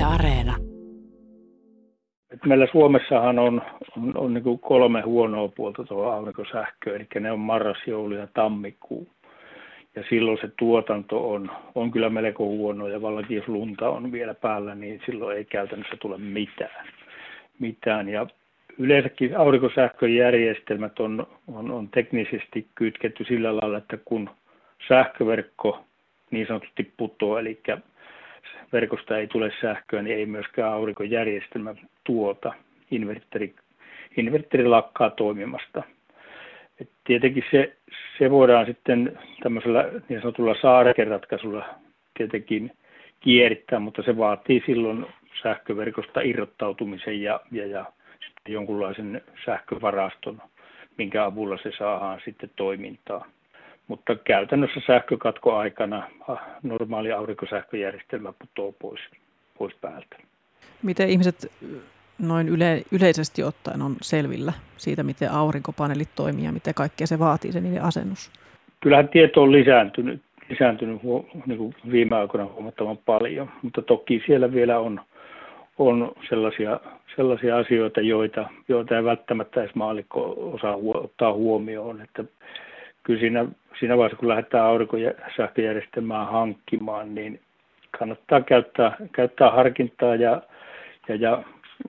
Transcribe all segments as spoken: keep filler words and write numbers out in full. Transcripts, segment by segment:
Areena. Meillä Suomessahan on, on, on niin kuin kolme huonoa puolta tuolla aurinkosähköä, eli ne on marras, joulu ja tammikuu. Ja silloin se tuotanto on, on kyllä melko huono, ja vallakin jos lunta on vielä päällä, niin silloin ei käytännössä tule mitään. mitään. Ja yleensäkin aurinkosähköjärjestelmät on, on, on teknisesti kytketty sillä lailla, että kun sähköverkko niin sanotusti putoaa, eli verkosta ei tule sähköä, niin ei myöskään aurinkojärjestelmä tuota. Inverteri, inverteri lakkaa toimimasta. Et tietenkin se, se voidaan sitten tämmöisellä niin sanotulla saarekeratkaisulla tietenkin kierrittää, mutta se vaatii silloin sähköverkosta irrottautumisen ja, ja, ja sitten jonkunlaisen sähkövaraston, minkä avulla se saadaan sitten toimintaan. Mutta käytännössä sähkökatkoaikana normaali aurinkosähköjärjestelmä putoaa pois, pois päältä. Miten ihmiset noin yle, yleisesti ottaen on selvillä siitä, miten aurinkopaneelit toimii ja miten kaikkea se vaatii, se niiden asennus? Kyllähän tieto on lisääntynyt, lisääntynyt niin kuin viime aikoina huomattavan paljon, mutta toki siellä vielä on, on sellaisia, sellaisia asioita, joita, joita ei välttämättä edes maallikko osaa ottaa huomioon. Että kyllä siinä, siinä vaiheessa, kun lähdetään aurinkosähköjärjestelmää hankkimaan, niin kannattaa käyttää, käyttää harkintaa ja, ja, ja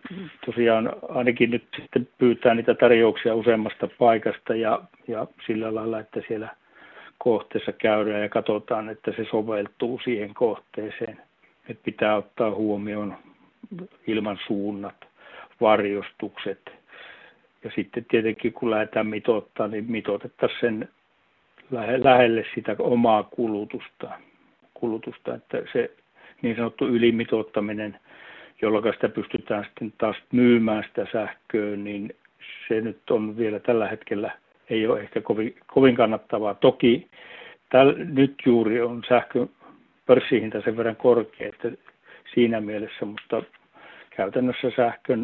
tosiaan ainakin nyt sitten pyytää niitä tarjouksia useammasta paikasta ja, ja sillä lailla, että siellä kohteessa käydään ja katsotaan, että se soveltuu siihen kohteeseen. Että pitää ottaa huomioon ilman suunnat, varjostukset ja sitten tietenkin kun lähdetään mitoittaa, niin mitoitettaisiin sen lähelle sitä omaa kulutusta, kulutusta, että se niin sanottu ylimitoittaminen, jolloin sitä pystytään sitten taas myymään sitä sähköä, niin se nyt on vielä tällä hetkellä, ei ole ehkä kovin, kovin kannattavaa. Toki täl, nyt juuri on sähkön pörssihinta sen verran korkea, että siinä mielessä, mutta käytännössä sähkön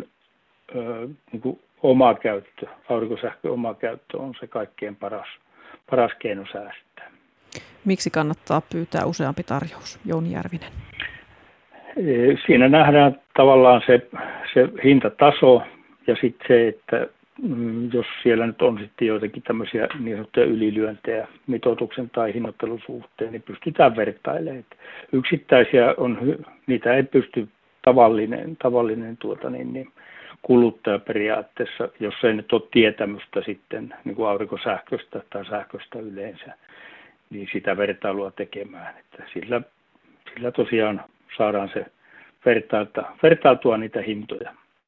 ö, niin kuin oma käyttö, aurinkosähkön oma käyttö on se kaikkein paras, paras keino säästää. Miksi kannattaa pyytää useampi tarjous, Jouni Järvinen? Siinä nähdään tavallaan se, se hintataso ja sitten se, että jos siellä nyt on sitten joitakin tämmöisiä niin sanottuja ylilyöntejä mitoituksen tai hinnoittelun suhteen, niin pystytään vertailemaan. Yksittäisiä on, niitä ei pysty tavallinen, tavallinen tuota, niin, niin kuluttaja periaatteessa, jos ei nyt ole tietämystä sitten niin kuin aurinkosähköstä tai sähköstä yleensä, niin sitä vertailua tekemään. Että sillä, sillä tosiaan saadaan se vertailtua niitä hintoja.